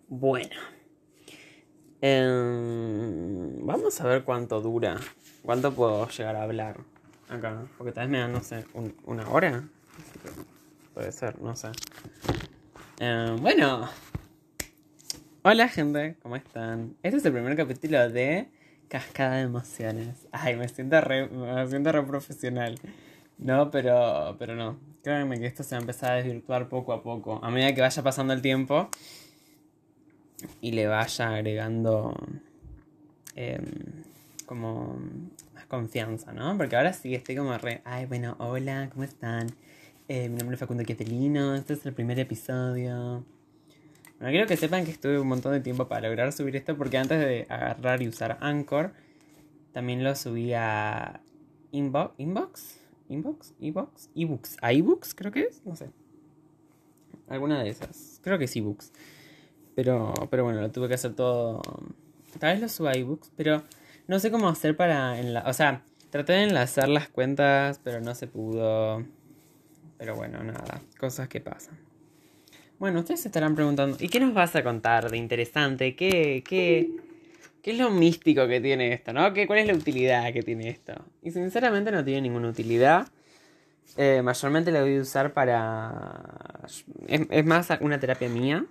Bueno, vamos a ver cuánto dura. ¿Cuánto puedo llegar a hablar acá? Porque tal vez me dan, no sé, una hora. Así que puede ser, no sé. Bueno, hola gente, ¿cómo están? Este es el primer capítulo de Cascada de Emociones. Ay, me siento re profesional. No, pero no. Créanme que esto se va a empezar a desvirtuar poco a poco. A medida que vaya pasando el tiempo y le vaya agregando como más confianza, ¿no? Porque ahora sí estoy como re, ay, bueno, hola, ¿cómo están? Mi nombre es Facundo Quietelino, este es el primer episodio. Bueno, quiero que sepan que estuve un montón de tiempo para lograr subir esto porque antes de agarrar y usar Anchor, también lo subí a ebooks, a ebooks creo que es, no sé, alguna de esas, creo que es ebooks, pero bueno, lo tuve que hacer todo, tal vez lo suba a ebooks, pero no sé cómo hacer para, o sea, traté de enlazar las cuentas, pero no se pudo, pero bueno, nada, cosas que pasan. Bueno, ustedes se estarán preguntando, ¿y qué nos vas a contar de interesante? ¿Qué es lo místico que tiene esto, no? ¿Cuál es la utilidad que tiene esto? Y sinceramente no tiene ninguna utilidad. Mayormente lo voy a usar para... Es más una terapia mía.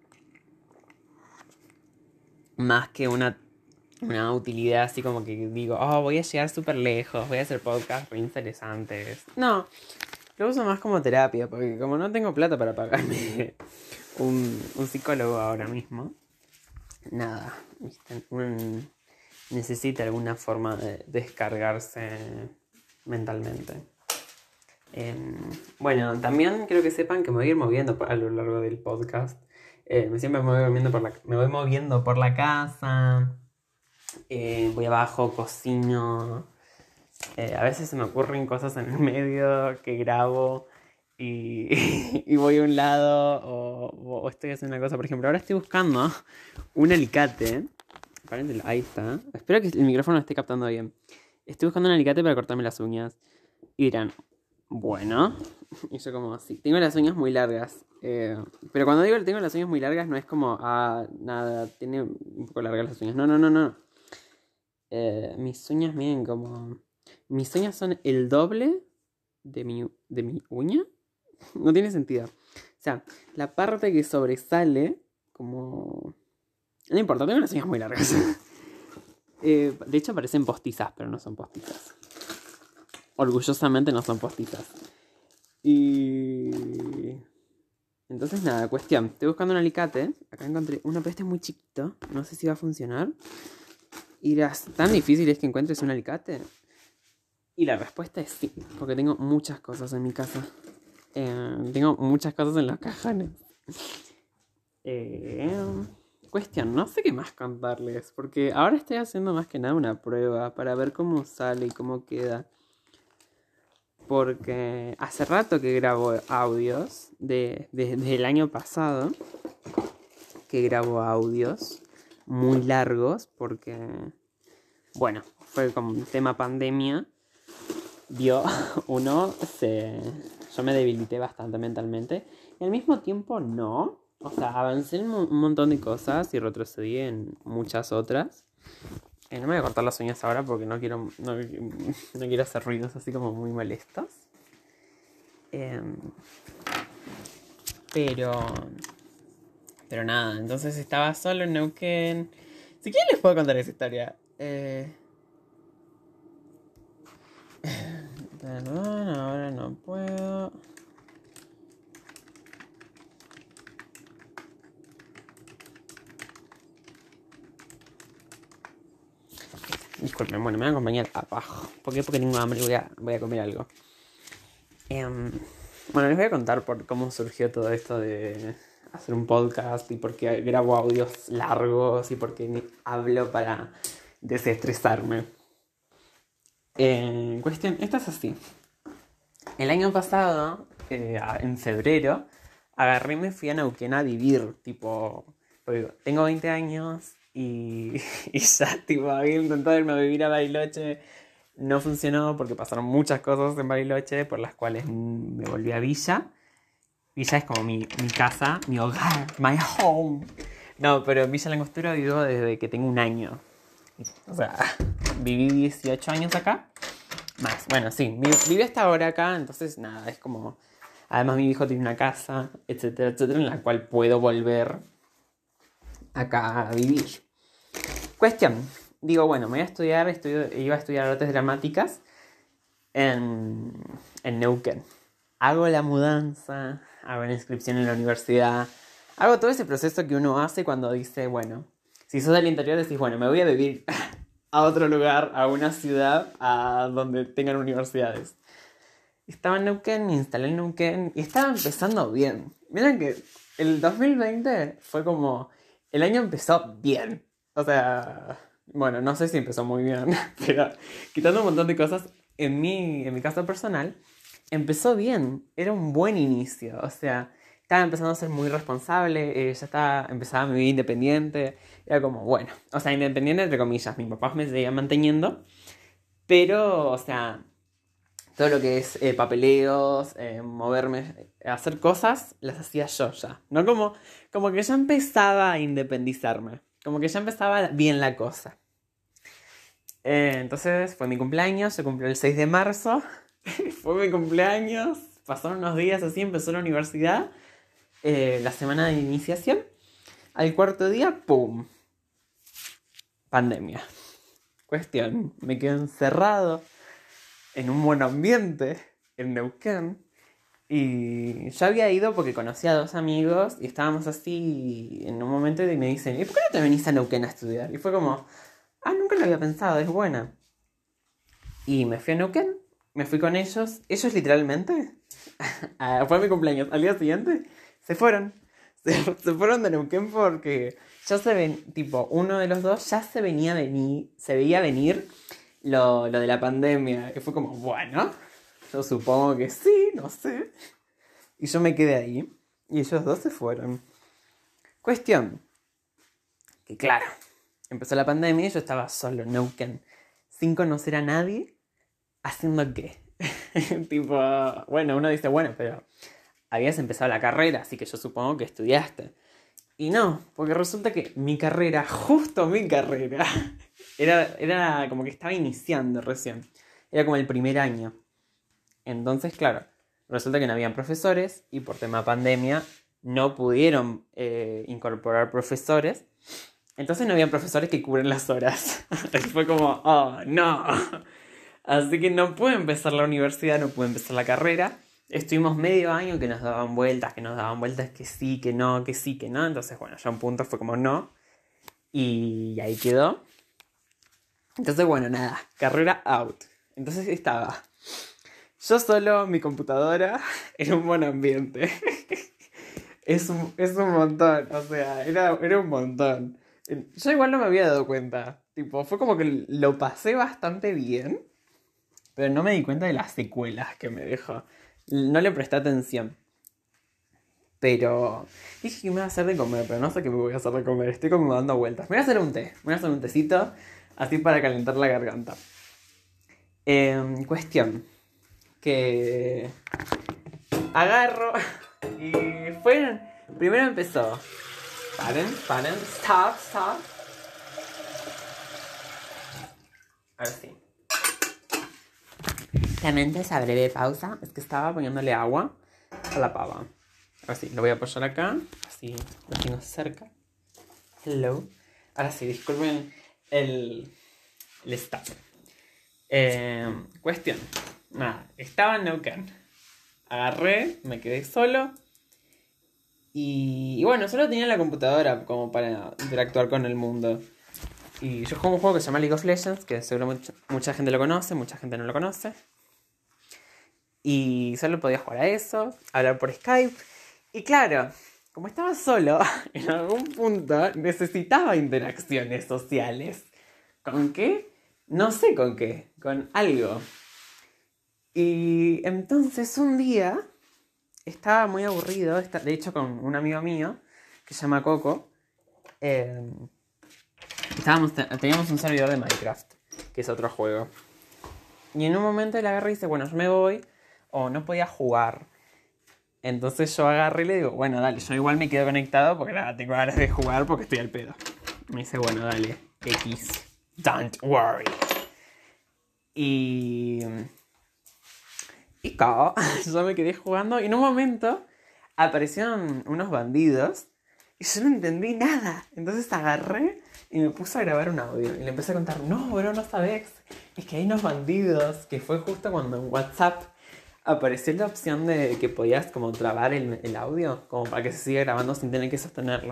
Más que una utilidad así como que digo, oh, voy a llegar súper lejos, voy a hacer podcasts muy interesantes. No, lo uso más como terapia, porque como no tengo plata para pagarme un psicólogo ahora mismo, nada, ¿viste? Necesita alguna forma de descargarse mentalmente. Bueno, también quiero que sepan que me voy a ir moviendo a lo largo del podcast. Siempre me voy moviendo por la casa. Voy abajo, cocino. A veces se me ocurren cosas en el medio que grabo y, y voy a un lado o estoy haciendo una cosa. Por ejemplo, ahora estoy buscando un alicate. Ahí está. Espero que el micrófono lo esté captando bien. Estoy buscando un alicate para cortarme las uñas. Y dirán, bueno. Y yo como así. Tengo las uñas muy largas. Pero cuando digo que tengo las uñas muy largas no es como, nada, tiene un poco largas las uñas. No. Mis uñas miden como... Mis uñas son el doble de mi uña. No tiene sentido. O sea, la parte que sobresale, como... No importa, tengo las uñas muy largas. De hecho parecen postizas, pero no son postizas. Orgullosamente no son postizas. Y... Entonces nada, cuestión. Estoy buscando un alicate. Acá encontré uno, pero este es muy chiquito. No sé si va a funcionar. Y tan difícil es que encuentres un alicate. Y la respuesta es sí, porque tengo muchas cosas en mi casa. Tengo muchas cosas en los cajones. Cuestión, no sé qué más contarles, porque ahora estoy haciendo más que nada una prueba para ver cómo sale y cómo queda. Porque hace rato que grabo audios, desde el año pasado, que grabo audios muy largos, porque, bueno, fue como un tema pandemia. Yo me debilité bastante mentalmente. Y al mismo tiempo no. O sea, avancé en un montón de cosas y retrocedí en muchas otras. No me voy a cortar las uñas ahora porque no quiero hacer ruidos así como muy molestos. Pero nada, entonces estaba solo en Neuquén. Si quieren les puedo contar esa historia. Perdón, ahora no puedo. Disculpen, bueno, me voy a acompañar abajo. ¿Por qué? Porque tengo hambre y voy a comer algo. Bueno, les voy a contar por cómo surgió todo esto de hacer un podcast y por qué grabo audios largos y por qué hablo para desestresarme. Cuestión, esto es así. El año pasado, en febrero, agarré y me fui a Neuquén a vivir, tipo, porque tengo 20 años y ya, tipo, había intentado irme a vivir a Bariloche, no funcionó porque pasaron muchas cosas en Bariloche por las cuales me volví a Villa. Villa es como mi casa, mi hogar, my home. No, pero en Villa Langostura vivo desde que tengo 1 año. O sea, viví 18 años acá. Más, bueno, sí, viví hasta ahora acá, entonces nada, es como... Además mi hijo tiene una casa, etcétera, etcétera, en la cual puedo volver acá a vivir. Cuestión, digo, bueno, me voy a estudiar, iba a estudiar artes dramáticas en Neuquén. Hago la mudanza, hago la inscripción en la universidad, hago todo ese proceso que uno hace cuando dice, bueno, si sos del interior decís, bueno, me voy a vivir a otro lugar, a una ciudad, a donde tengan universidades. Estaba en Neuquén, me instalé en Neuquén y estaba empezando bien. Miren que el 2020 fue como... El año empezó bien. O sea, bueno, no sé si empezó muy bien, pero quitando un montón de cosas, en mi caso personal, empezó bien. Era un buen inicio. O sea, estaba empezando a ser muy responsable, empezaba mi vida independiente. Era como, bueno, o sea, independiente entre comillas. Mis papás me seguían manteniendo, pero, o sea... Todo lo que es papeleos, moverme, hacer cosas, las hacía yo ya. No como que ya empezaba a independizarme. Como que ya empezaba bien la cosa. Entonces fue mi cumpleaños, se cumplió el 6 de marzo. Fue mi cumpleaños. Pasaron unos días así, empezó la universidad. La semana de iniciación. Al cuarto día, ¡pum! Pandemia. Cuestión, me quedo encerrado en un buen ambiente en Neuquén. Y yo había ido porque conocía a 2 amigos y estábamos así en un momento y me dicen, ¿y por qué no te venís a Neuquén a estudiar? Y fue como, nunca lo había pensado, es buena. Y me fui a Neuquén, me fui con ellos literalmente, fue mi cumpleaños, al día siguiente se fueron. Se fueron de Neuquén porque ya tipo, uno de los dos ya se veía venir lo de la pandemia. Y fue como, bueno, yo supongo que sí, no sé. Y yo me quedé ahí. Y ellos 2 se fueron. Cuestión. Que claro, empezó la pandemia y yo estaba solo en Neuquén. Sin conocer a nadie. ¿Haciendo qué? Tipo, bueno, uno dice, bueno, pero habías empezado la carrera, así que yo supongo que estudiaste. Y no, porque resulta que justo mi carrera, era como que estaba iniciando recién. Era como el primer año. Entonces, claro, resulta que no habían profesores y por tema pandemia no pudieron incorporar profesores. Entonces no habían profesores que cubren las horas. Fue como, oh, no. Así que no pude empezar la universidad, no pude empezar la carrera. Estuvimos medio año que nos daban vueltas, que sí, que no, que sí, que no. Entonces, bueno, ya un punto fue como no. Y ahí quedó. Entonces, bueno, nada, carrera out. Entonces estaba yo solo, mi computadora, en un buen ambiente. Es un montón, o sea, era un montón. Yo igual no me había dado cuenta. Tipo, fue como que lo pasé bastante bien, pero no me di cuenta de las secuelas que me dejó. No le presté atención. Pero dije que me iba a hacer de comer, pero no sé qué me voy a hacer de comer. Estoy como dando vueltas. Me voy a hacer un té. Me voy a hacer un tecito, así para calentar la garganta. Cuestión. Que agarro y fueron... Primero empezó... Paren, stop. Ahora sí. Realmente esa breve pausa es que estaba poniéndole agua a la pava. Ahora sí, lo voy a apoyar acá, así lo tengo cerca. Hello. Ahora sí, disculpen el stop. Cuestión. Nada, estaba en Neuquén. Agarré, me quedé solo. Y bueno, solo tenía la computadora como para interactuar con el mundo. Y yo juego un juego que se llama League of Legends, que seguro mucha gente lo conoce, mucha gente no lo conoce. Y solo podía jugar a eso, hablar por Skype. Y claro, como estaba solo, en algún punto necesitaba interacciones sociales. ¿Con qué? No sé con qué, con algo. Y entonces un día estaba muy aburrido, de hecho con un amigo mío que se llama Coco. Teníamos un servidor de Minecraft, que es otro juego. Y en un momento él agarra y dice, bueno, yo me voy, o no podía jugar. Entonces yo agarré y le digo, bueno, dale, yo igual me quedo conectado porque nada, tengo ganas de jugar porque estoy al pedo. Me dice, bueno, dale, X, don't worry. Y claro, yo me quedé jugando y en un momento aparecieron unos bandidos y yo no entendí nada. Entonces agarré y me puse a grabar un audio y le empecé a contar, no, bro, no sabes, es que hay unos bandidos, que fue justo cuando en WhatsApp apareció la opción de que podías como trabar el audio, como para que se siga grabando sin tener que sostenerlo.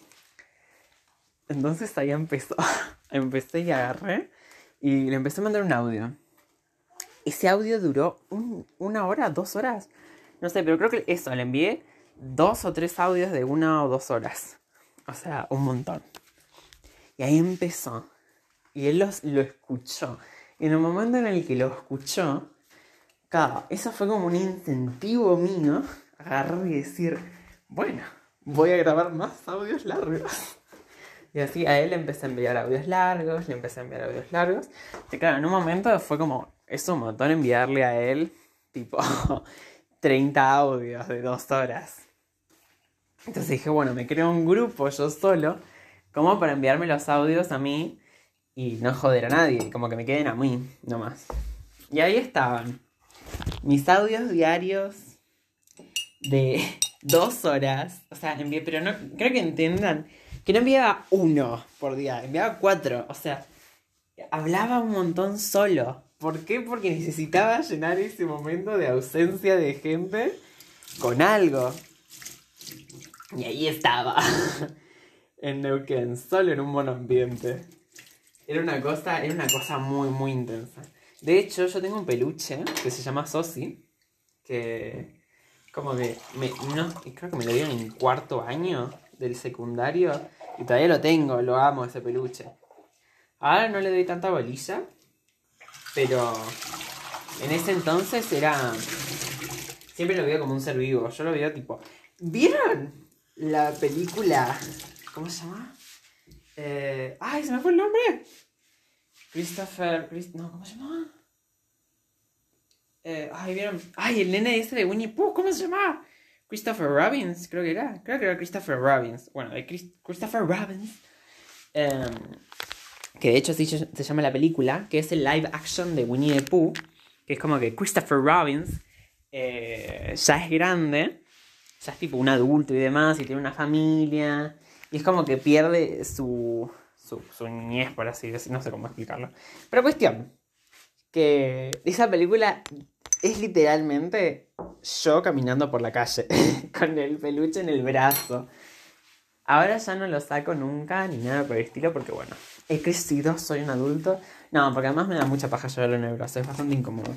Entonces ahí empecé y agarré y le empecé a mandar un audio. Ese audio duró 1 hora, 2 horas. No sé, pero creo que eso, le envié 2 o 3 audios de 1 o 2 horas. O sea, un montón. Y ahí empezó. Y él lo escuchó. Y en el momento en el que lo escuchó, claro, eso fue como un incentivo mío. Agarrar y decir, bueno, voy a grabar más audios largos. Y así a él le empecé a enviar audios largos, Y claro, en un momento fue como, es un montón enviarle a él, tipo, 30 audios de 2 horas. Entonces dije, bueno, me creo un grupo yo solo, como para enviarme los audios a mí y no joder a nadie, como que me queden a mí, nomás. Y ahí estaban, mis audios diarios de 2 horas. O sea, envié, pero no, creo que entiendan que no enviaba 1 por día, enviaba 4. O sea, hablaba un montón solo. ¿Por qué? Porque necesitaba llenar ese momento de ausencia de gente con algo. Y ahí estaba. En Neuquén, solo en un buen ambiente. Era una cosa muy, muy intensa. De hecho, yo tengo un peluche que se llama Sosi, que como que creo que me lo dieron en 4º año del secundario y todavía lo tengo, lo amo ese peluche. Ahora no le doy tanta bolilla, pero en ese entonces siempre lo veía como un ser vivo. Yo lo veía tipo, ¿vieron la película? ¿Cómo se llama? ¡Ay, se me fue el nombre! No, ¿cómo se llama? ¿Vieron? El nene ese de Winnie Pooh, ¿cómo se llama? Christopher Robbins, creo que era Christopher Robbins. Bueno, de Christopher Robbins. Que de hecho sí se llama la película, que es el live action de Winnie the Pooh. Que es como que Christopher Robbins ya es grande, ya es tipo un adulto y demás, y tiene una familia. Y es como que pierde su niñez, por así decirlo, no sé cómo explicarlo. Pero cuestión, que esa película es literalmente yo caminando por la calle con el peluche en el brazo. Ahora ya no lo saco nunca ni nada por el estilo porque bueno, he crecido, soy un adulto. No, porque además me da mucha paja llevarlo en el brazo, es bastante incómodo.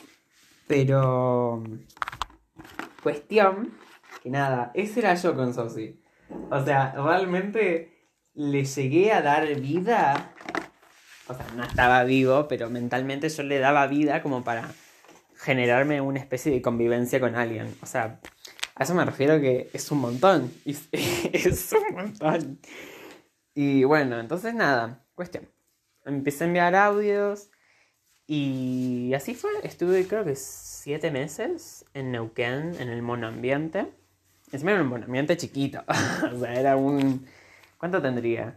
Pero cuestión que nada, ese era yo con Sosi. O sea, realmente le llegué a dar vida. O sea, no estaba vivo, pero mentalmente yo le daba vida como para generarme una especie de convivencia con alguien. O sea, a eso me refiero que es un montón. Es un montón. Y bueno, entonces nada, cuestión. Empecé a enviar audios y así fue. Estuve creo que 7 meses en Neuquén, en el monoambiente. Encima era un monoambiente chiquito. O sea, era un... ¿Cuánto tendría?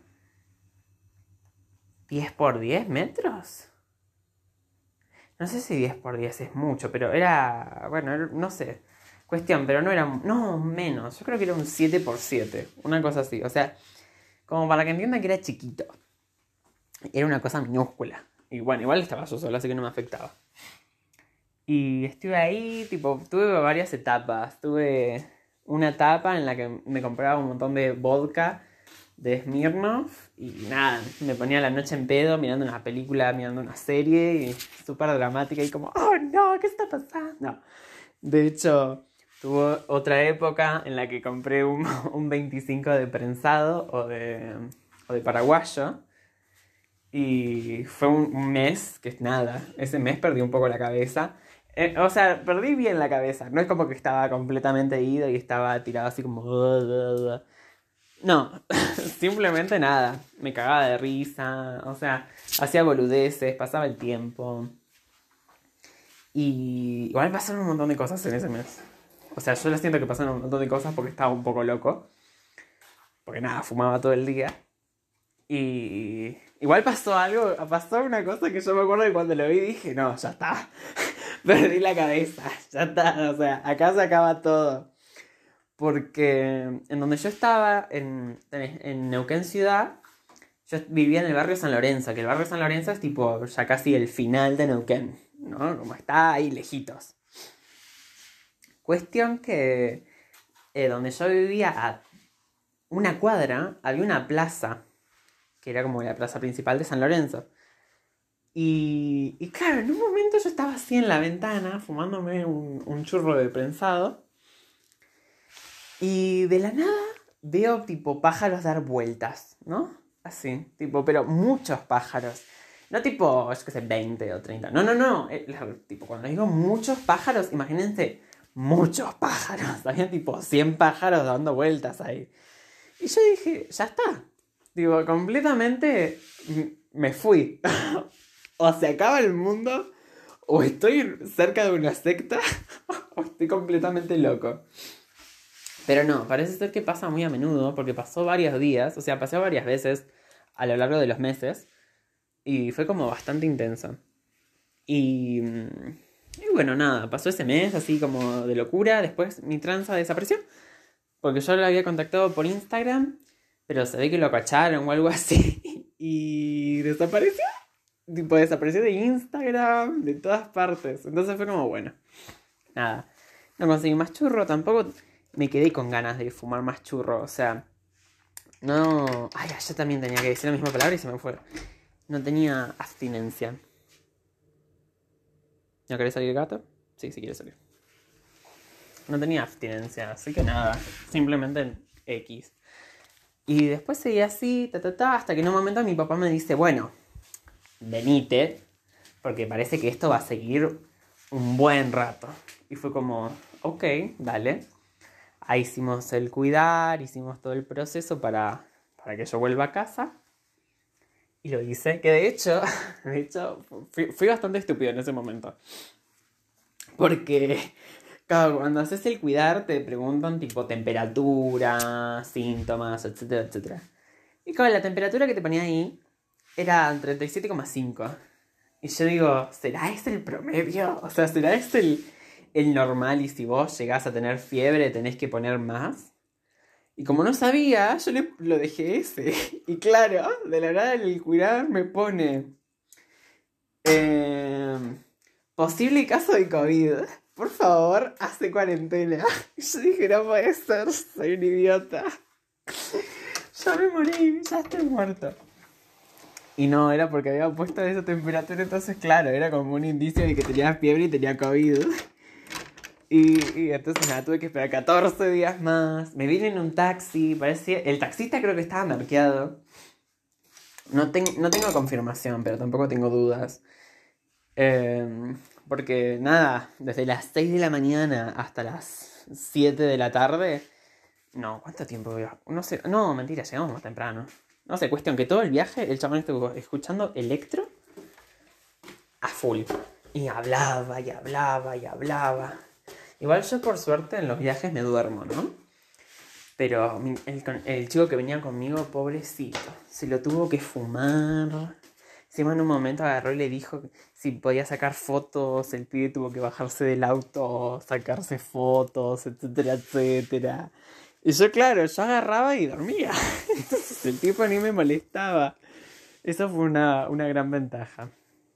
¿10 por 10 metros? No sé si 10 por 10 es mucho, pero era... Bueno, no sé. Cuestión, pero no era... No, menos. Yo creo que era un 7 por 7. Una cosa así. O sea, como para que entiendan que era chiquito. Era una cosa minúscula. Y bueno, igual estaba yo solo, así que no me afectaba. Y estuve ahí, tipo, tuve varias etapas. Tuve una etapa en la que me compraba un montón de vodka de Smirnoff y nada, me ponía la noche en pedo mirando una película, mirando una serie y súper dramática y como, oh no, ¿qué está pasando? De hecho, tuvo otra época en la que compré un 25 de prensado o de paraguayo y fue un mes que es nada, ese mes perdí un poco la cabeza. O sea, perdí bien la cabeza, no es como que estaba completamente ido y estaba tirado así como... No, simplemente nada. Me cagaba de risa. O sea, hacía boludeces, pasaba el tiempo. Y igual pasaron un montón de cosas en ese mes. O sea, yo lo siento que pasaron un montón de cosas porque estaba un poco loco. Porque nada, fumaba todo el día. Y igual pasó una cosa que yo me acuerdo que cuando lo vi dije, no, ya está. Perdí la cabeza, ya está. O sea, acá se acaba todo. Porque en donde yo estaba, en Neuquén Ciudad, yo vivía en el barrio San Lorenzo, que el barrio San Lorenzo es tipo ya casi el final de Neuquén, ¿no? Como está ahí lejitos. Cuestión que donde yo vivía a una cuadra había una plaza, que era como la plaza principal de San Lorenzo. Y claro, en un momento yo estaba así en la ventana, fumándome un churro de prensado. Y de la nada veo tipo pájaros dar vueltas, ¿no? Así, tipo, pero muchos pájaros. No tipo, yo qué sé, 20 o 30. No. Tipo, cuando digo muchos pájaros, imagínense, muchos pájaros. Había tipo 100 pájaros dando vueltas ahí. Y yo dije, ya está. Digo, completamente me fui. O se acaba el mundo, o estoy cerca de una secta, o estoy completamente loco. Pero no, parece ser que pasa muy a menudo, porque pasó varios días, o sea, pasó varias veces a lo largo de los meses, y fue como bastante intenso. Y bueno, nada, pasó ese mes así como de locura, después mi tranza desapareció, porque yo lo había contactado por Instagram, pero se ve que lo cacharon o algo así, y desapareció. Tipo, desapareció de Instagram, de todas partes. Entonces fue como, bueno, nada, no conseguí más churro, tampoco me quedé con ganas de fumar más churro, o sea, no... Ay, yo también tenía que decir la misma palabra y se me fue. No tenía abstinencia. ¿No querés salir, gato? Sí, sí quiere salir. No tenía abstinencia, así que nada, simplemente X. Y después seguí así, hasta que en un momento mi papá me dice, bueno, venite, porque parece que esto va a seguir un buen rato. Y fue como, ok, dale. Ahí hicimos el cuidar, hicimos todo el proceso para que yo vuelva a casa. Y lo hice, que de hecho fui bastante estúpido en ese momento. Porque, claro, cuando haces el cuidar te preguntan tipo temperatura, síntomas, etcétera, etcétera. Y claro, la temperatura que te ponía ahí era 37,5. Y yo digo, ¿será este el promedio? O sea, ¿será este el normal? Y si vos llegás a tener fiebre tenés que poner más. Y como no sabía, yo lo dejé ese. Y claro, de la nada el cuidar me pone... posible caso de COVID. Por favor, hace cuarentena. Y yo dije, no puede ser, soy un idiota. Ya me morí, ya estoy muerto. Y no, era porque había puesto esa temperatura, entonces claro, era como un indicio de que tenía fiebre y tenía COVID. Y entonces nada, tuve que esperar 14 días más. Me vine en un taxi, parecía... El taxista creo que estaba marqueado. No tengo confirmación, pero tampoco tengo dudas. Porque nada, desde las 6 de la mañana hasta las 7 de la tarde... No, ¿cuánto tiempo? No sé, no, mentira, llegamos más temprano. No sé, cuestión que todo el viaje el chabón estuvo escuchando electro a full. Y hablaba, y hablaba, y hablaba. Igual yo por suerte en los viajes me duermo, ¿no? Pero el chico que venía conmigo, pobrecito, se lo tuvo que fumar. Encima en un momento agarró y le dijo si podía sacar fotos. El pibe tuvo que bajarse del auto, sacarse fotos, etcétera, etcétera. Y yo, claro, yo agarraba y dormía. Entonces el tipo ni me molestaba. Eso fue una gran ventaja.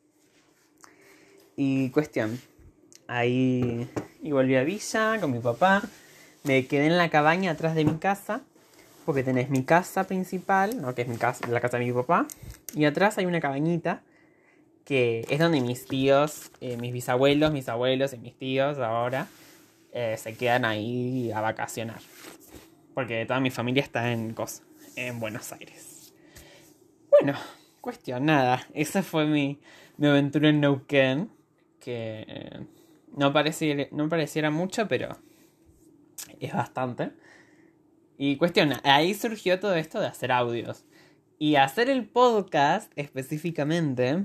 Y cuestión, ahí y volví a Villa con mi papá. Me quedé en la cabaña atrás de mi casa. Porque tenés mi casa principal, ¿no? Que es la casa de mi papá. Y atrás hay una cabañita que es donde mis tíos, mis bisabuelos, mis abuelos y mis tíos ahora se quedan ahí a vacacionar. Porque toda mi familia está en Buenos Aires. Bueno, cuestión, nada. Esa fue mi aventura en Neuquén. Que no pareciera mucho, pero es bastante. Y cuestión, ahí surgió todo esto de hacer audios. Y hacer el podcast específicamente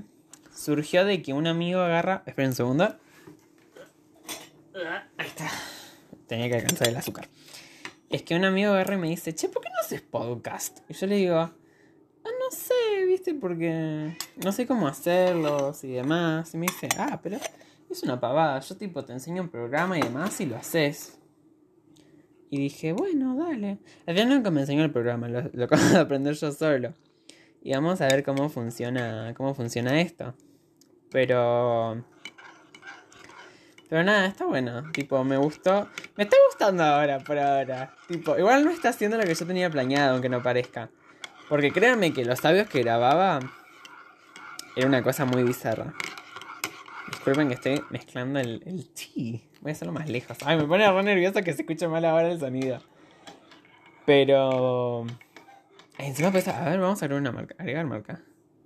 surgió de que un amigo agarra... Esperen un segundo. Ahí está. tenía que alcanzar el azúcar. Es que un amigo agarra y me dice, che, ¿por qué no haces podcast? Y yo le digo, no sé, viste, porque no sé cómo hacerlos y demás. Y me dice, pero es una pavada. Yo tipo te enseño un programa y demás y lo haces. Y dije, bueno, dale. Al final nunca me enseñó el programa, lo acabo de aprender yo solo. Y vamos a ver cómo funciona esto. Pero nada, está bueno. Tipo, me gustó. Me está gustando ahora, por ahora. Tipo, igual no está haciendo lo que yo tenía planeado, aunque no parezca. Porque créanme que los audios que grababa era una cosa muy bizarra. Disculpen que estoy mezclando el tea. Voy a hacerlo más lejos. Ay, me pone re nervioso que se escuche mal ahora el sonido. Pero... encima pues, a ver, vamos a agregar una marca. Agregar marca.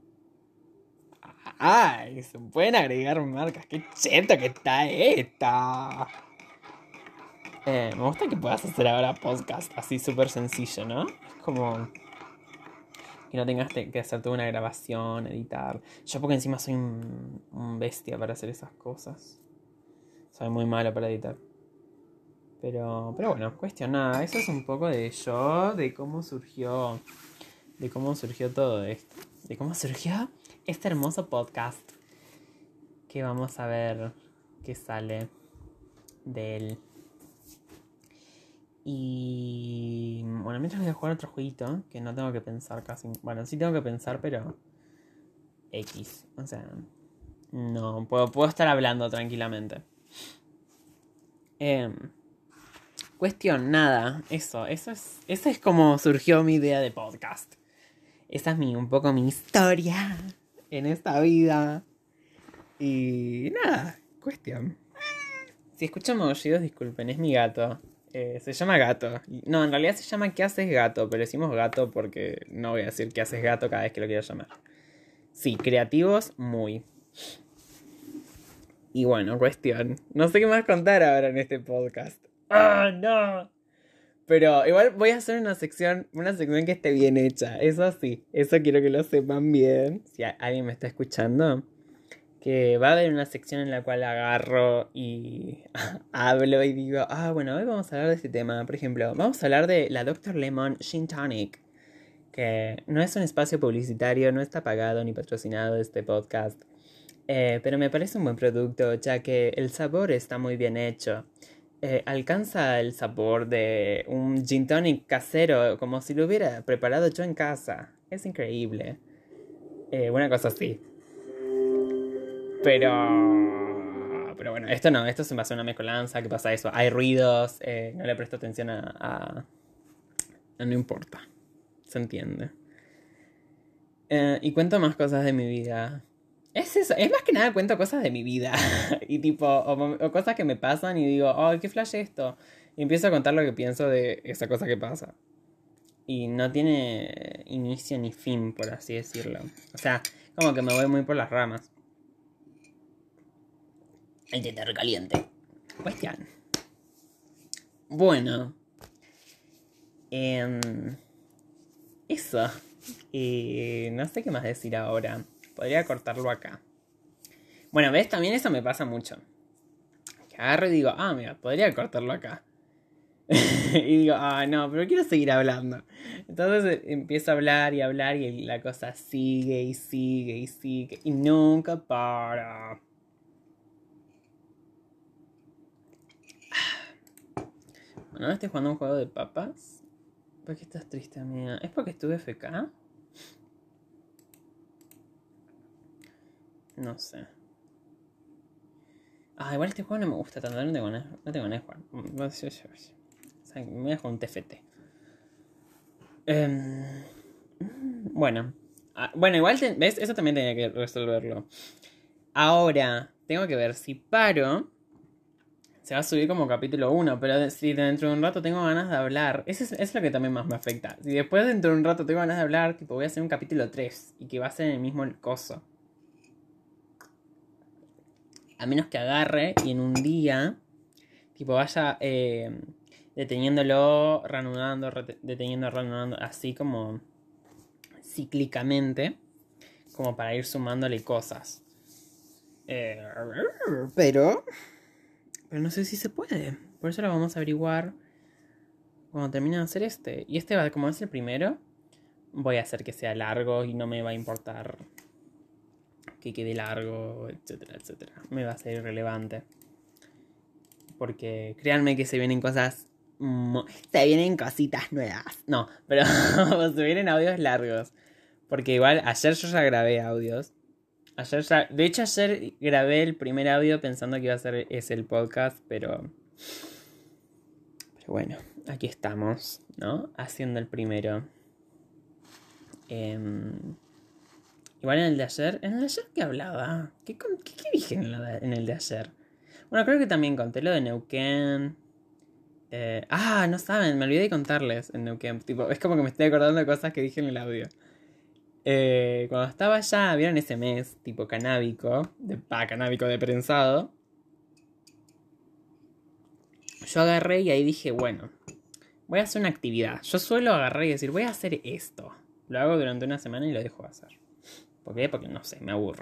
¡Ay! Se pueden agregar marcas. ¡Qué cheto que está esta! Me gusta que puedas hacer ahora podcast así súper sencillo, ¿no? Es como... que no tengas que hacer toda una grabación, editar. Yo porque encima soy un bestia para hacer esas cosas. Soy muy malo para editar. Pero bueno, cuestión nada. Eso es un poco de yo, de cómo surgió todo esto. De cómo surgió este hermoso podcast. Que vamos a ver qué sale de él. Y bueno, mientras voy a jugar otro jueguito, que no tengo que pensar casi. Bueno, sí tengo que pensar, pero X. O sea, no, puedo estar hablando tranquilamente. Cuestión, nada, eso es como surgió mi idea de podcast. Esa es un poco mi historia en esta vida. Y nada, cuestión. Si escuchan maullidos, disculpen, es mi gato. Se llama Gato. No, en realidad se llama ¿Qué haces gato? Pero decimos gato porque no voy a decir ¿qué haces gato? Cada vez que lo quiero llamar. Sí, creativos, muy. Y bueno, cuestión. No sé qué más contar ahora en este podcast. ¡Ah, no! Pero igual voy a hacer una sección que esté bien hecha. Eso sí, eso quiero que lo sepan bien. Si alguien me está escuchando, que va a haber una sección en la cual agarro y hablo y digo, bueno, hoy vamos a hablar de este tema. Por ejemplo, vamos a hablar de la Dr. Lemon Gin Tonic, que no es un espacio publicitario, no está pagado ni patrocinado este podcast. Pero me parece un buen producto, ya que el sabor está muy bien hecho. Alcanza el sabor de un gin tonic casero, como si lo hubiera preparado yo en casa. Es increíble. Una cosa así. Pero bueno, esto se basa en una mezcolanza. ¿Qué pasa eso? Hay ruidos, no le presto atención a... No importa, se entiende. Y cuento más cosas de mi vida. Es eso, es más que nada cuento cosas de mi vida. Y tipo, o cosas que me pasan y digo, qué flash esto. Y empiezo a contar lo que pienso de esa cosa que pasa. Y no tiene inicio ni fin, por así decirlo. O sea, como que me voy muy por las ramas. El té recaliente. Cuestión. Bueno. Eso. No sé qué más decir ahora. Podría cortarlo acá. Bueno, ¿ves? También eso me pasa mucho. Que agarro y digo, mira, podría cortarlo acá. Y digo, no, pero quiero seguir hablando. Entonces empiezo a hablar y la cosa sigue y sigue y sigue. Y nunca para. Bueno, ahora estoy jugando un juego de papas. ¿Por qué estás triste, amiga? ¿Es porque estuve FK? No sé. Igual este juego no me gusta tanto. No tengo ganas de jugar. Me voy a jugar un TFT. Bueno. Bueno, igual, ¿ves? Eso también tenía que resolverlo. Ahora, tengo que ver si paro. Se va a subir como capítulo 1, pero si dentro de un rato tengo ganas de hablar, eso es lo que también más me afecta. Si después dentro de un rato tengo ganas de hablar, tipo voy a hacer un capítulo 3 y que va a ser en el mismo coso. A menos que agarre y en un día, tipo vaya deteniéndolo, reanudando, reanudando, así como cíclicamente, como para ir sumándole cosas. Pero no sé si se puede. Por eso lo vamos a averiguar cuando termine de hacer este. Y este va, como es el primero, voy a hacer que sea largo y no me va a importar que quede largo, etcétera, etcétera. Me va a ser irrelevante. Porque créanme que se vienen cosas... se vienen cositas nuevas. No, pero se vienen audios largos. Porque igual ayer yo ya grabé audios. De hecho ayer grabé el primer audio pensando que iba a ser ese el podcast, pero bueno, aquí estamos, ¿no? Haciendo el primero. Igual ¿en el de ayer qué hablaba? ¿Qué dije en el de ayer? Bueno, creo que también conté lo de Neuquén. No saben, me olvidé de contarles en Neuquén. Tipo, es como que me estoy acordando de cosas que dije en el audio. Cuando estaba allá, ¿vieron ese mes tipo canábico? Canábico de prensado. Yo agarré y ahí dije, bueno, voy a hacer una actividad. Yo suelo agarrar y decir, voy a hacer esto. Lo hago durante una semana y lo dejo de hacer. ¿Por qué? Porque no sé, me aburro.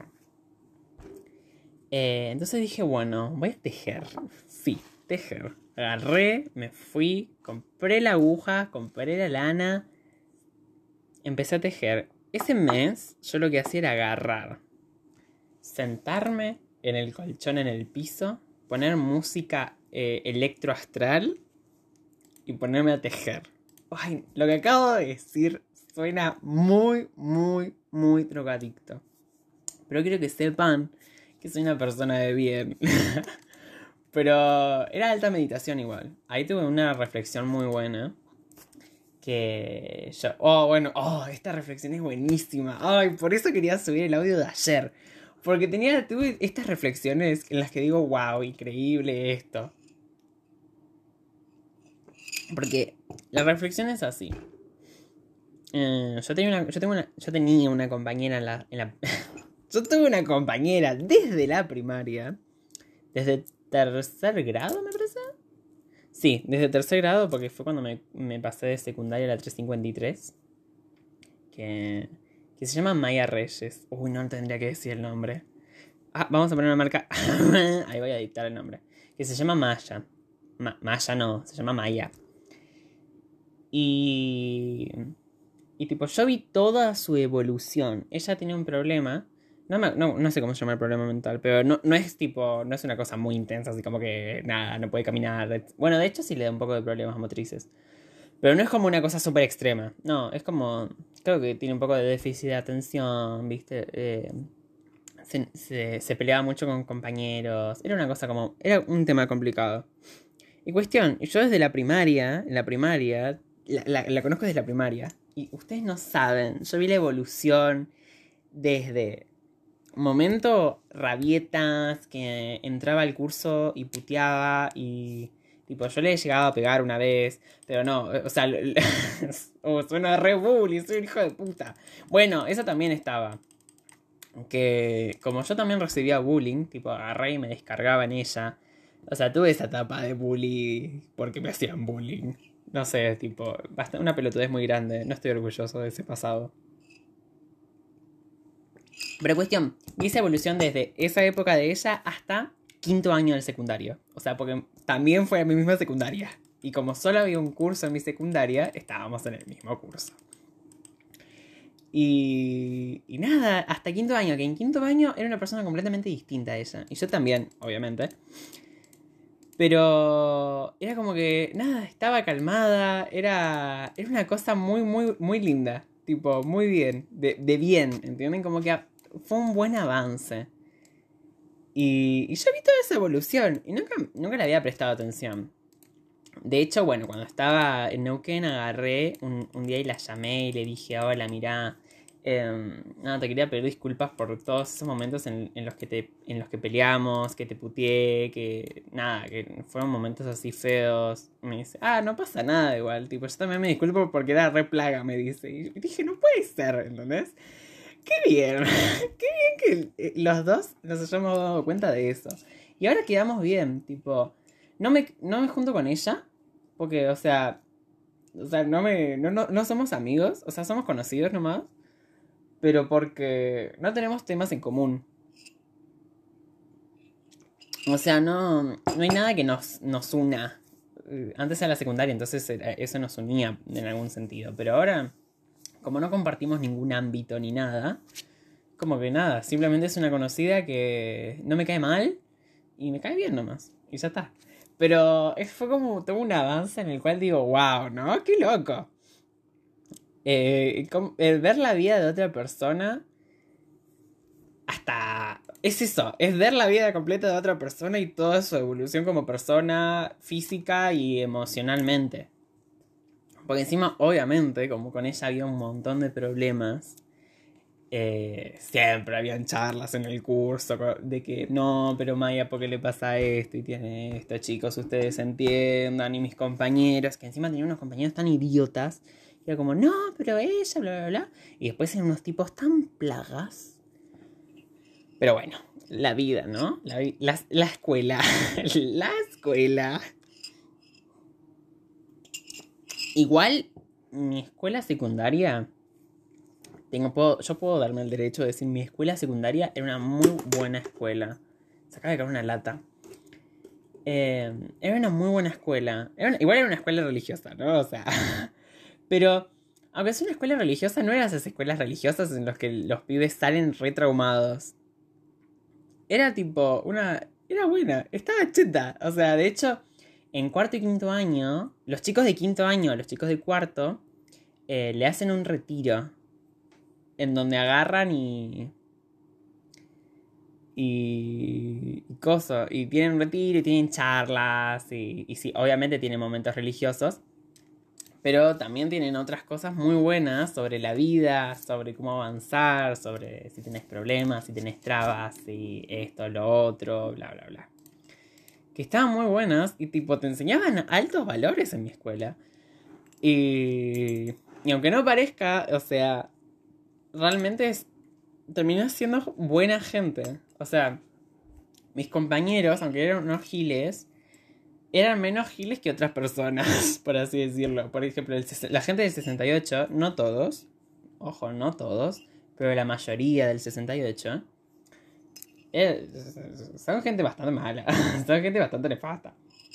Entonces dije, bueno, voy a tejer. Sí, tejer. Agarré, me fui, compré la aguja, compré la lana. Empecé a tejer. Ese mes yo lo que hacía era agarrar, sentarme en el colchón en el piso, poner música electroastral y ponerme a tejer. Ay, lo que acabo de decir suena muy, muy, muy drogadicto. Pero quiero que sepan que soy una persona de bien. Pero era alta meditación igual. Ahí tuve una reflexión muy buena. Que yo... esta reflexión es buenísima. Ay, por eso quería subir el audio de ayer. Porque tuve estas reflexiones en las que digo, wow, increíble esto. Porque la reflexión es así. Yo tenía una compañera en la yo tuve una compañera desde la primaria. Desde tercer grado, me parece. Sí, desde tercer grado, porque fue cuando me pasé de secundaria a la 353. Que se llama Maya Reyes. Uy, no tendría que decir el nombre. Vamos a poner una marca. Ahí voy a dictar el nombre. Que se llama Maya. Maya no, se llama Maya. Y tipo, yo vi toda su evolución. Ella tenía un problema. No sé cómo se llama el problema mental, pero no es tipo, no es una cosa muy intensa, así como que nada, no puede caminar. Bueno, de hecho sí le da un poco de problemas motrices. Pero no es como una cosa súper extrema. No, es como, creo que tiene un poco de déficit de atención, ¿viste? Se peleaba mucho con compañeros. Era un tema complicado. Y cuestión, yo desde la primaria, la conozco desde la primaria. Y ustedes no saben, yo vi la evolución desde momento rabietas, que entraba al curso y puteaba y tipo yo le llegaba a pegar una vez, pero no, o sea, suena re bully, soy un hijo de puta. Bueno, eso también estaba. Que como yo también recibía bullying, tipo agarré y me descargaba en ella. O sea, tuve esa etapa de bullying porque me hacían bullying. No sé, tipo, una pelotudez muy grande. No estoy orgulloso de ese pasado. Pero cuestión, vi esa evolución desde esa época de ella hasta quinto año del secundario. O sea, porque también fue a mi misma secundaria. Y como solo había un curso en mi secundaria, estábamos en el mismo curso. Y nada, hasta quinto año, que en quinto año era una persona completamente distinta a ella. Y yo también, obviamente. Pero era como que, nada, estaba calmada. Era una cosa muy, muy, muy linda. Tipo, muy bien. De bien, ¿entienden? Como que fue un buen avance. Y yo vi toda esa evolución. Y nunca le había prestado atención. De hecho, bueno, cuando estaba en Neuquén agarré un día y la llamé y le dije, hola, mirá, te quería pedir disculpas por todos esos momentos en los que peleamos, que te puteé, que fueron momentos así feos. Me dice, no pasa nada igual, tipo, yo también me disculpo porque era re plaga, me dice. Y dije, no puede ser, ¿entendés? Qué bien, qué bien que los dos nos hayamos dado cuenta de eso. Y ahora quedamos bien, tipo... No me junto con ella. Porque, o sea, no somos amigos. O sea, somos conocidos nomás. Pero porque no tenemos temas en común. O sea, no hay nada que nos una. antes era la secundaria, entonces eso nos unía en algún sentido. Pero ahora, como no compartimos ningún ámbito ni nada, como que nada, simplemente es una conocida que no me cae mal y me cae bien nomás. Y ya está. Pero fue como todo un avance en el cual digo, wow, ¿no? ¡Qué loco! Ver la vida de otra persona hasta... Es eso, es ver la vida completa de otra persona y toda su evolución como persona física y emocionalmente. Porque encima, obviamente, como con ella había un montón de problemas, siempre habían charlas en el curso de que no, pero Maya, ¿por qué le pasa esto? Y tiene esto, chicos, ustedes entiendan. Y mis compañeros, que encima tenían unos compañeros tan idiotas, y era como, no, pero ella, bla, bla, bla. Y después eran unos tipos tan plagas. Pero bueno, la vida, ¿no? La escuela. La escuela. Igual, mi escuela secundaria... yo puedo darme el derecho de decir mi escuela secundaria era una muy buena escuela. Se acaba de caer una lata. Era una muy buena escuela. Igual era una escuela religiosa, ¿no? O sea... Pero, aunque es una escuela religiosa, no eran esas escuelas religiosas en las que los pibes salen retraumados. Era tipo era buena, estaba cheta. O sea, de hecho, en cuarto y quinto año, los chicos de quinto año, los chicos de cuarto, le hacen un retiro. En donde agarran y tienen un retiro y tienen charlas. Y sí, obviamente tienen momentos religiosos. Pero también tienen otras cosas muy buenas sobre la vida, sobre cómo avanzar, sobre si tenés problemas, si tenés trabas, si esto, lo otro, bla, bla, bla. Que estaban muy buenas y tipo te enseñaban altos valores en mi escuela. Y aunque no parezca, o sea, realmente terminé siendo buena gente. O sea, mis compañeros, aunque eran unos giles, eran menos giles que otras personas, por así decirlo. Por ejemplo, la gente del 68, no todos, ojo, no todos, pero la mayoría del 68, son gente bastante mala, son gente bastante nefasta.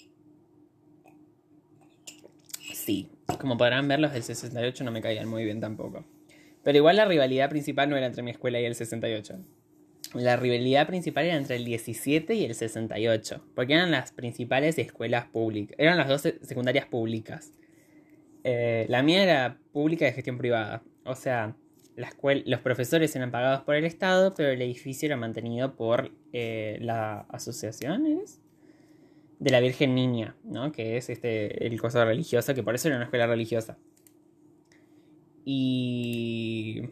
Sí, como podrán ver, los del 68 no me caían muy bien tampoco. Pero igual la rivalidad principal no era entre mi escuela y el 68. La rivalidad principal era entre el 17 y el 68, porque eran las principales escuelas públicas. Eran las dos secundarias públicas. La mía era pública de gestión privada. O sea, los profesores eran pagados por el Estado, pero el edificio era mantenido por la asociación, ¿es? De la Virgen Niña, ¿no? Que es el coso religioso, que por eso era una escuela religiosa. Y...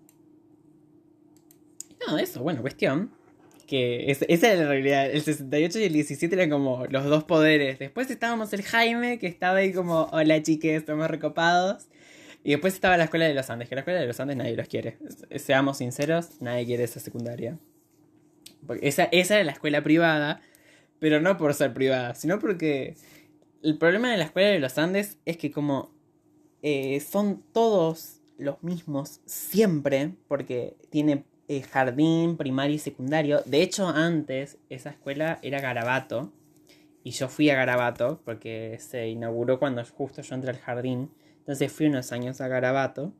no, eso, bueno, cuestión. Que esa era la realidad. El 68 y el 17 eran como los dos poderes. Después estábamos el Jaime, que estaba ahí como, hola chiques, estamos recopados. Y después estaba la escuela de los Andes, que la escuela de los Andes nadie los quiere. Seamos sinceros, nadie quiere esa secundaria. Porque esa era la escuela privada, pero no por ser privada, sino porque el problema de la escuela de los Andes es que como son todos los mismos siempre, porque tiene jardín, primario y secundario. De hecho, antes esa escuela era Garabato. Y yo fui a Garabato porque se inauguró cuando justo yo entré al jardín. Entonces fui unos años a Garabato.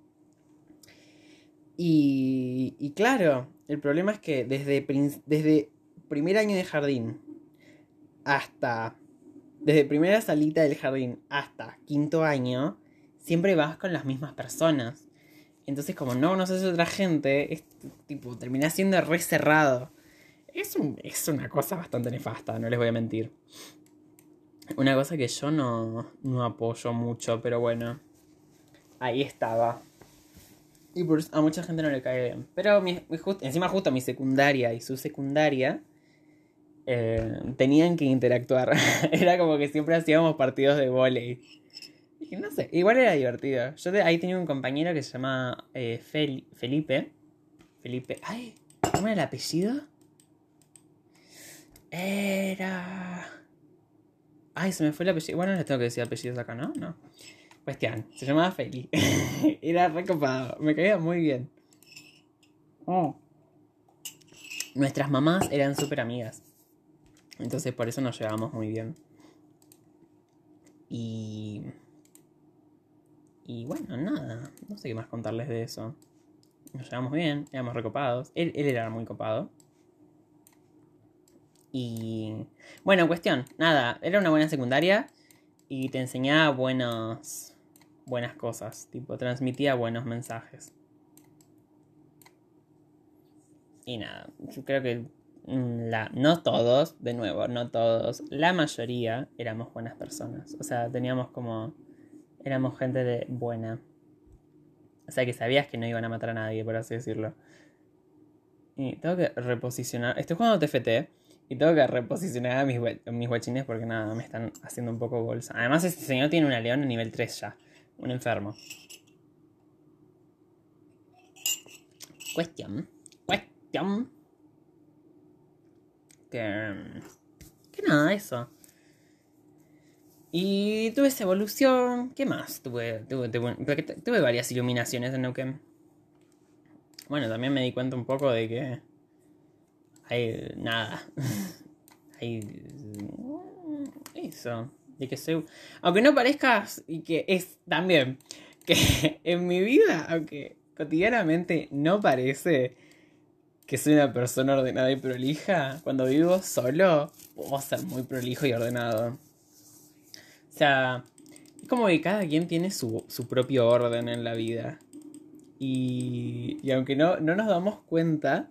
Y claro, el problema es que desde primer año de jardín hasta... desde primera salita del jardín hasta quinto año, siempre vas con las mismas personas. Entonces, como no conoces a otra gente, tipo, terminás siendo re cerrado. Es una cosa bastante nefasta, no les voy a mentir. Una cosa que yo no apoyo mucho, pero bueno. Ahí estaba. Y a mucha gente no le cae bien. Pero encima justo mi secundaria y su secundaria tenían que interactuar. Era como que siempre hacíamos partidos de vóley. Y no sé, igual era divertido. Ahí tenía un compañero que se llama Felipe. Ay, ¿cómo era el apellido? Ay, se me fue el apellido. Bueno, les tengo que decir apellidos acá, ¿no? No. Cuestión, se llamaba Feli. Era recopado, me caía muy bien. Nuestras mamás eran súper amigas. Entonces por eso nos llevábamos muy bien. Y... Y bueno, nada. No sé qué más contarles de eso. Nos llevamos bien, éramos recopados. Él era muy copado. Y... Bueno, cuestión, nada. Era una buena secundaria y te enseñaba buenas cosas. Tipo, transmitía buenos mensajes. Y nada, yo creo que no todos, de nuevo, no todos, la mayoría éramos buenas personas. O sea, éramos gente buena. O sea, que sabías que no iban a matar a nadie, por así decirlo. Y tengo que reposicionar, estoy jugando TFT y tengo que reposicionar a mis guachines porque nada, me están haciendo un poco bolsa. Además, este señor tiene una leona nivel 3 ya, un enfermo. Cuestión. Que nada, eso. Y tuve esa evolución. ¿Qué más? Tuve varias iluminaciones en Neuquén. Bueno, también me di cuenta un poco de que hay nada. Hay eso. De que soy... Aunque no parezcas, y que es también que en mi vida, aunque cotidianamente no parece que soy una persona ordenada y prolija, cuando vivo solo puedo ser muy prolijo y ordenado. O sea, es como que cada quien tiene su propio orden en la vida. Y aunque no nos damos cuenta,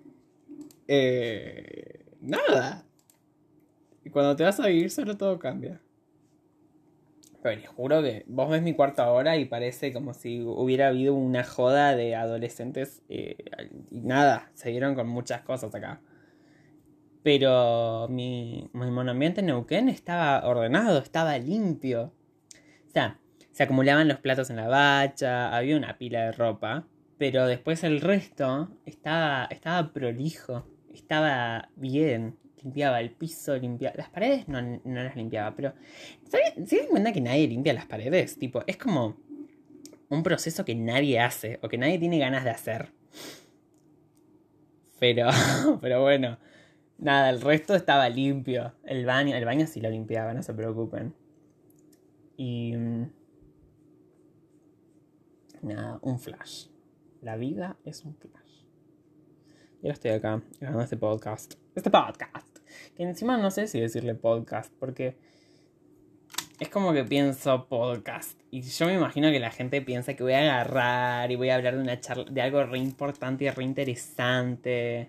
nada. Y cuando te vas a vivir solo todo cambia. Pero les juro que vos ves mi cuarto ahora y parece como si hubiera habido una joda de adolescentes. Y nada, se dieron con muchas cosas acá. Pero mi monoambiente en Neuquén estaba ordenado, estaba limpio. O sea, se acumulaban los platos en la bacha, había una pila de ropa. Pero después el resto estaba prolijo, estaba bien. Limpiaba el piso, limpiaba... Las paredes no las limpiaba, pero... ¿Se dan cuenta que nadie limpia las paredes? Tipo, es como un proceso que nadie hace o que nadie tiene ganas de hacer. Pero bueno, nada, el resto estaba limpio. El baño sí lo limpiaba, no se preocupen. Y... nada, un flash. La vida es un flash. Y ahora estoy acá, grabando este podcast. Que encima no sé si decirle podcast, porque es como que pienso podcast. Y yo me imagino que la gente piensa que voy a agarrar y voy a hablar de una charla, de algo re importante y re interesante.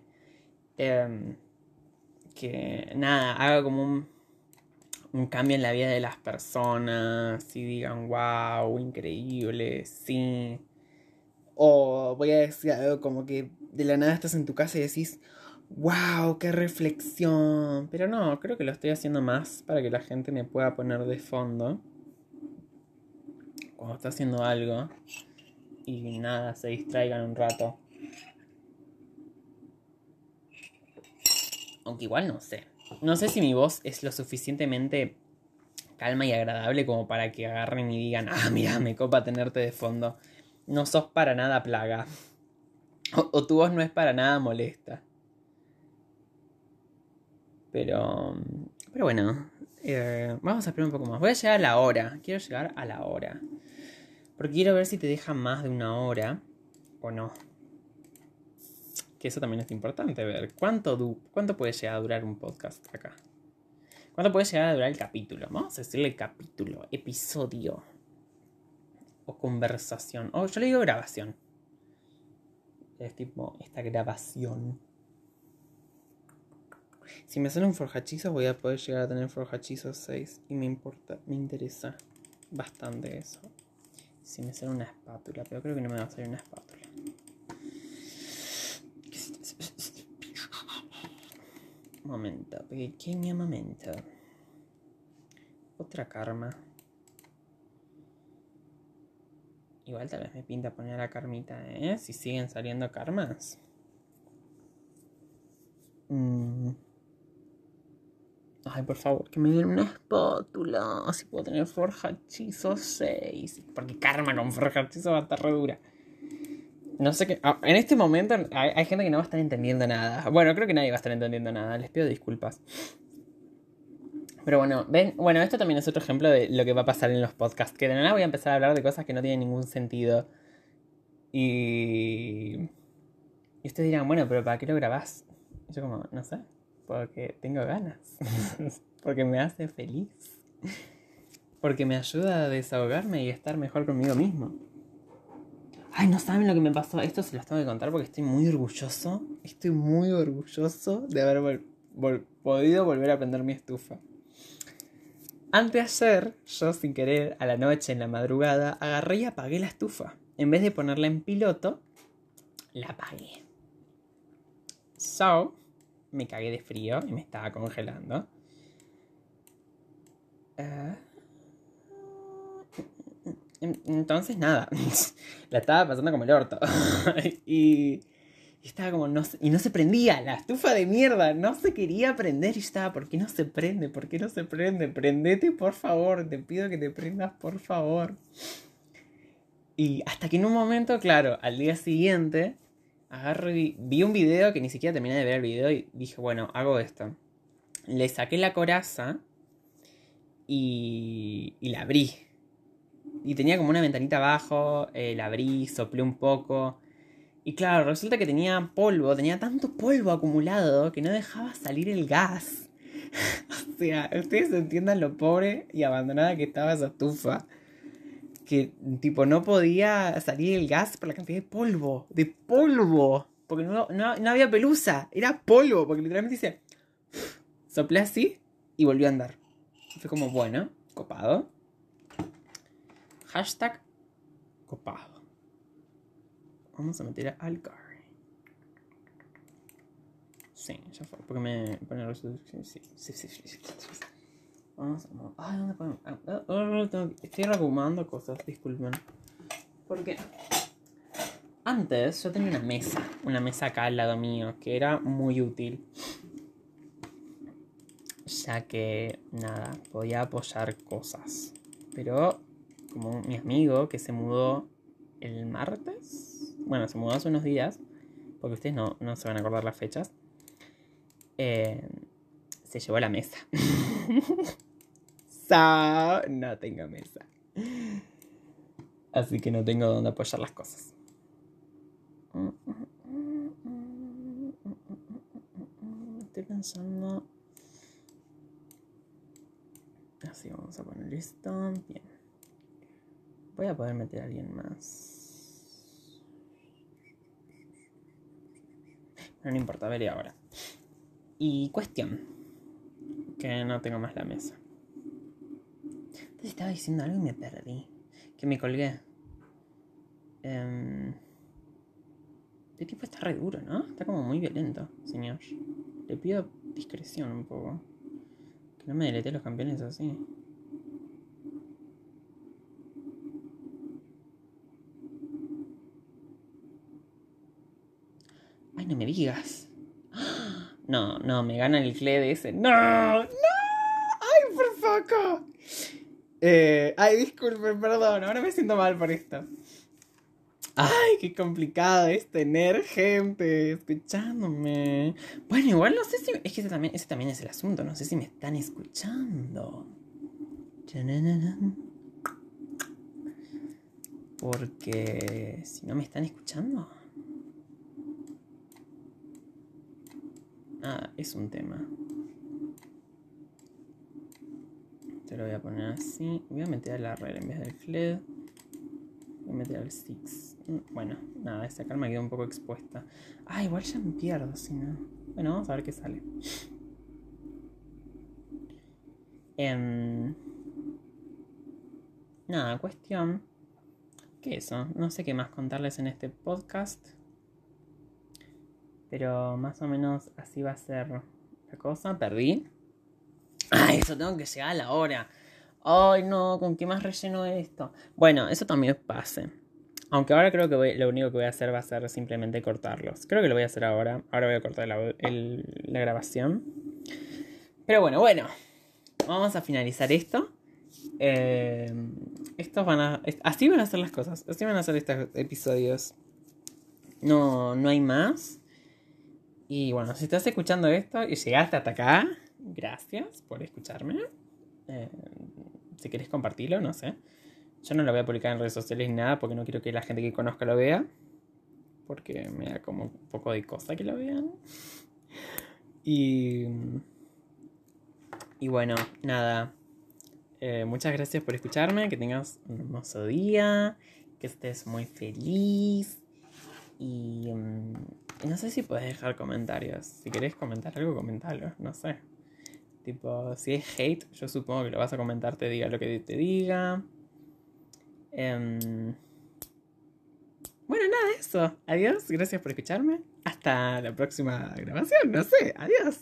Que nada, haga como un cambio en la vida de las personas. Y digan, wow, increíble, sí. O voy a decir algo como que de la nada estás en tu casa y decís, wow, qué reflexión. Pero no, creo que lo estoy haciendo más para que la gente me pueda poner de fondo cuando está haciendo algo y nada, se distraigan un rato. Aunque igual no sé. No sé si mi voz es lo suficientemente calma y agradable como para que agarren y digan, ah, mira, me copa tenerte de fondo. No sos para nada plaga. O tu voz no es para nada molesta. Pero bueno, vamos a esperar un poco más. Voy a llegar a la hora. Quiero llegar a la hora. Porque quiero ver si te deja más de una hora o no. Que eso también es importante ver. ¿Cuánto puede llegar a durar un podcast acá? ¿Cuánto puede llegar a durar el capítulo? Vamos a decirle capítulo, episodio. O conversación. O yo le digo grabación. Es tipo esta grabación. Si me sale un forjachizos voy a poder llegar a tener forjachizos 6. Y me interesa bastante eso. Si me sale una espátula, pero creo que no me va a salir una espátula. Momento, pequeño momento. Otra karma. Igual tal vez me pinta poner a Carmita, ¿eh? Si siguen saliendo karmas. Ay, por favor, que me den una espátula. Así puedo tener forja hechizo 6. Porque karma con forja hechizo va a estar re dura. No sé qué. En este momento hay gente que no va a estar entendiendo nada. Bueno, creo que nadie va a estar entendiendo nada. Les pido disculpas. Pero bueno, ven, bueno, esto también es otro ejemplo de lo que va a pasar en los podcasts. Que de nada voy a empezar a hablar de cosas que no tienen ningún sentido. Y ustedes dirán, bueno, pero ¿para qué lo grabás? Y yo como, no sé, porque tengo ganas. Porque me hace feliz. Porque me ayuda a desahogarme y a estar mejor conmigo mismo. Ay, no saben lo que me pasó. Esto se los tengo que contar porque estoy muy orgulloso. Estoy muy orgulloso de haber podido volver a prender mi estufa. Anteayer, yo sin querer, a la noche, en la madrugada, agarré y apagué la estufa. En vez de ponerla en piloto, la apagué. So, me cagué de frío y me estaba congelando. Entonces nada, la estaba pasando como el orto. y estaba como, no se prendía, la estufa de mierda, no se quería prender. Y yo estaba, ¿por qué no se prende? ¿Por qué no se prende? Prendete, por favor, te pido que te prendas, por favor. Y hasta que en un momento, claro, al día siguiente, agarro y vi un video que ni siquiera terminé de ver el video y dije, bueno, hago esto. Le saqué la coraza y la abrí. Y tenía como una ventanita abajo, la abrí, soplé un poco. Y claro, resulta que tenía polvo, tenía tanto polvo acumulado que no dejaba salir el gas. O sea, ustedes entiendan lo pobre y abandonada que estaba esa estufa. Que tipo no podía salir el gas por la cantidad de polvo. De polvo. Porque no había pelusa, era polvo. Porque literalmente dice, soplé así y volvió a andar. Y fue como, bueno, copado. Hashtag copado. Vamos a meter a Alcar. Sí, ya fue. Porque me pone resolución. Sí. Vamos a... Ay, ¿dónde podemos? Estoy reacomodando cosas, disculpen. Porque antes yo tenía una mesa acá al lado mío, que era muy útil. Ya que, nada, podía apoyar cosas. Pero como mi amigo que se mudó el martes, bueno, se mudó hace unos días, porque ustedes no se van a acordar las fechas, se llevó la mesa. No tengo mesa. Así que no tengo dónde apoyar las cosas. Estoy pensando... Así vamos a poner esto. Bien. Voy a poder meter a alguien más. No importa, veré ahora. Y cuestión. Que no tengo más la mesa. Entonces estaba diciendo algo y me perdí. Que me colgué. Este tipo está re duro, ¿no? Está como muy violento, señor. Le pido discreción un poco. Que no me deletee los campeones así. Ay, no me digas. No, me gana el CLE de ese. ¡No! ¡Ay, por poco! Ay, disculpen, perdón. Ahora me siento mal por esto. Ay, qué complicado es tener gente escuchándome. Bueno, igual no sé si... Es que ese también es el asunto. No sé si me están escuchando. Porque si no me están escuchando... es un tema. Te lo voy a poner así. Voy a meter a la red en vez del FLED. Voy a meter al Six. Bueno, nada, esta calma quedó un poco expuesta. Igual ya me pierdo, si no. Bueno, vamos a ver qué sale. Nada, cuestión. ¿Qué eso? No sé qué más contarles en este podcast. Pero más o menos así va a ser la cosa. Perdí. Eso tengo que llegar a la hora. Ay, no, ¿con qué más relleno esto? Bueno, eso también pase. Aunque ahora creo que lo único que voy a hacer va a ser simplemente cortarlos. Creo que lo voy a hacer ahora. Ahora voy a cortar la grabación. Pero bueno. Vamos a finalizar esto. Así van a ser las cosas. Así van a ser estos episodios. No hay más. Y bueno, si estás escuchando esto y llegaste hasta acá, gracias por escucharme. Si querés compartirlo, no sé. Yo no lo voy a publicar en redes sociales ni nada porque no quiero que la gente que conozca lo vea. Porque me da como un poco de cosa que lo vean. Y bueno, nada. Muchas gracias por escucharme. Que tengas un hermoso día. Que estés muy feliz. Y no sé si podés dejar comentarios. Si querés comentar algo, comentalo. No sé. Tipo, si es hate, yo supongo que lo vas a comentar, te diga lo que te diga. Bueno, nada de eso. Adiós, gracias por escucharme. Hasta la próxima grabación, no sé. Adiós.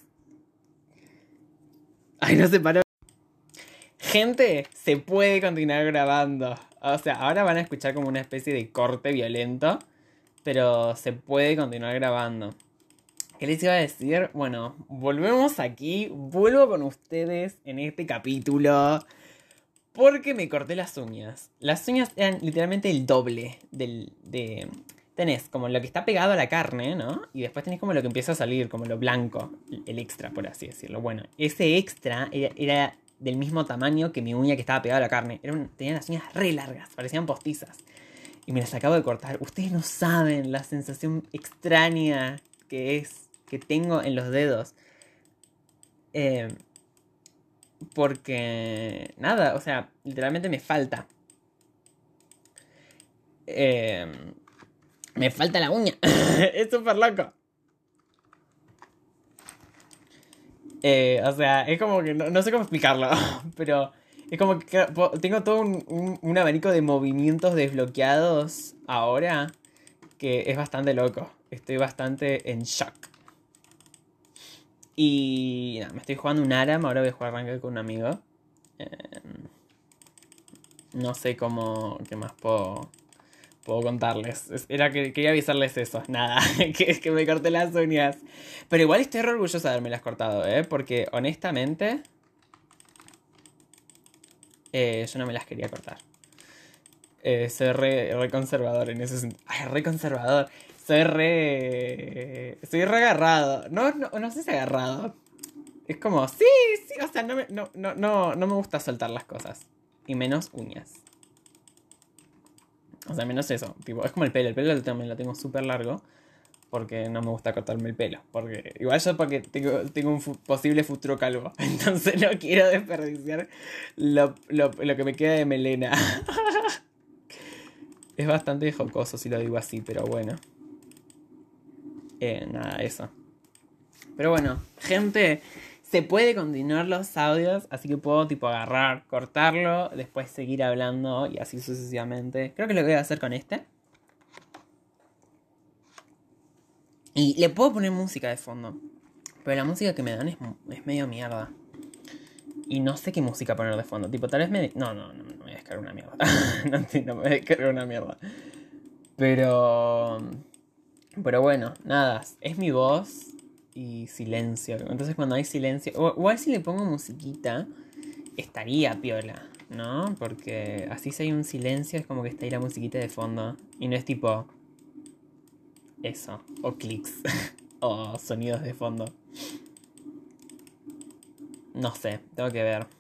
Ay, no se paró. Gente, se puede continuar grabando. O sea, ahora van a escuchar como una especie de corte violento. Pero se puede continuar grabando. ¿Qué les iba a decir? Bueno, volvemos aquí. Vuelvo con ustedes en este capítulo. Porque me corté las uñas. Las uñas eran literalmente el doble tenés como lo que está pegado a la carne, ¿no? Y después tenés como lo que empieza a salir, como lo blanco. El extra, por así decirlo. Bueno, ese extra era del mismo tamaño que mi uña que estaba pegada a la carne. Tenían las uñas re largas, parecían postizas. Y me las acabo de cortar. Ustedes no saben la sensación extraña que tengo en los dedos. Porque nada, o sea, literalmente me falta. Me falta la uña. Es súper loco. O sea, es como que no sé cómo explicarlo. Pero es como que tengo todo un abanico de movimientos desbloqueados ahora que es bastante loco. Estoy bastante en shock. Y nada, me estoy jugando un ARAM. Ahora voy a jugar Ranked con un amigo. No sé qué más puedo contarles. Quería avisarles eso. Nada, que me corté las uñas. Pero igual estoy re orgullosa de haberme las cortado, porque honestamente yo no me las quería cortar. Soy re conservador en ese sentido. Ay, re conservador. Soy re agarrado. No sé si agarrado. Es como, sí, o sea, no me gusta soltar las cosas. Y menos uñas. O sea, menos eso. Tipo, es como el pelo. El pelo también lo tengo súper largo. Porque no me gusta cortarme el pelo. Porque igual yo porque tengo un posible futuro calvo. Entonces no quiero desperdiciar lo que me queda de melena. Es bastante jocoso si lo digo así, pero bueno. Nada, eso. Pero bueno, gente, se puede continuar los audios, así que puedo tipo agarrar, cortarlo, después seguir hablando y así sucesivamente. Creo que lo voy a hacer con este. Y le puedo poner música de fondo, pero la música que me dan es medio mierda. Y no sé qué música poner de fondo. Tipo, tal vez me... No me voy a descargar una mierda. no me voy a descargar una mierda. Pero bueno, nada, es mi voz y silencio. Entonces cuando hay silencio, igual si le pongo musiquita, estaría piola, ¿no? Porque así si hay un silencio es como que está ahí la musiquita de fondo. Y no es tipo eso, o clics, o sonidos de fondo. No sé, tengo que ver.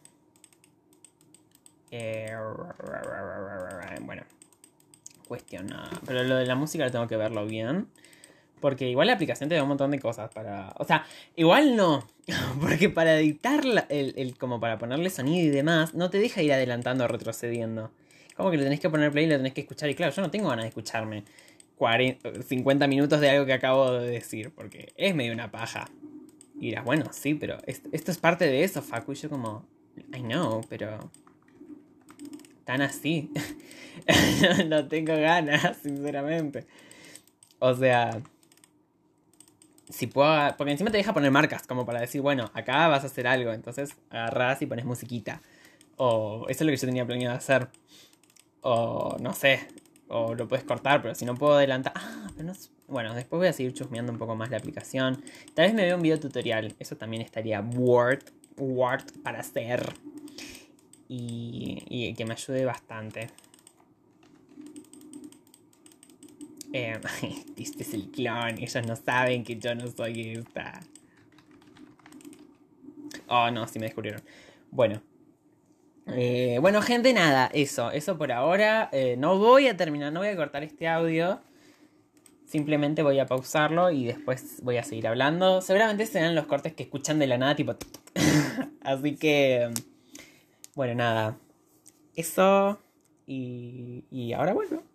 Bueno, cuestión nada. Pero lo de la música lo tengo que verlo bien. Porque igual la aplicación te da un montón de cosas para... O sea, igual no. Porque para editar como para ponerle sonido y demás, no te deja ir adelantando o retrocediendo. Como que le tenés que poner play y lo tenés que escuchar. Y claro, yo no tengo ganas de escucharme 50 minutos de algo que acabo de decir. Porque es medio una paja. Y dirás, bueno, sí, pero esto es parte de eso, Facu. Y yo como, I know, pero... Tan así. No tengo ganas, sinceramente. O sea... Si puedo, porque encima te deja poner marcas, como para decir, bueno, acá vas a hacer algo, entonces agarrás y pones musiquita. O eso es lo que yo tenía planeado hacer. O no sé, o lo puedes cortar, pero si no puedo adelantar... pero no... Bueno, después voy a seguir chusmeando un poco más la aplicación. Tal vez me vea un video tutorial, eso también estaría Word para hacer. Y que me ayude bastante. Este es el clon. Ellos no saben que yo no soy esta. Oh, no, sí me descubrieron. Bueno. Bueno, gente, nada, eso por ahora. No voy a terminar, no voy a cortar este audio. Simplemente voy a pausarlo y después voy a seguir hablando. Seguramente serán los cortes que escuchan de la nada, tipo... Así que... Bueno, nada. Eso. Y ahora vuelvo.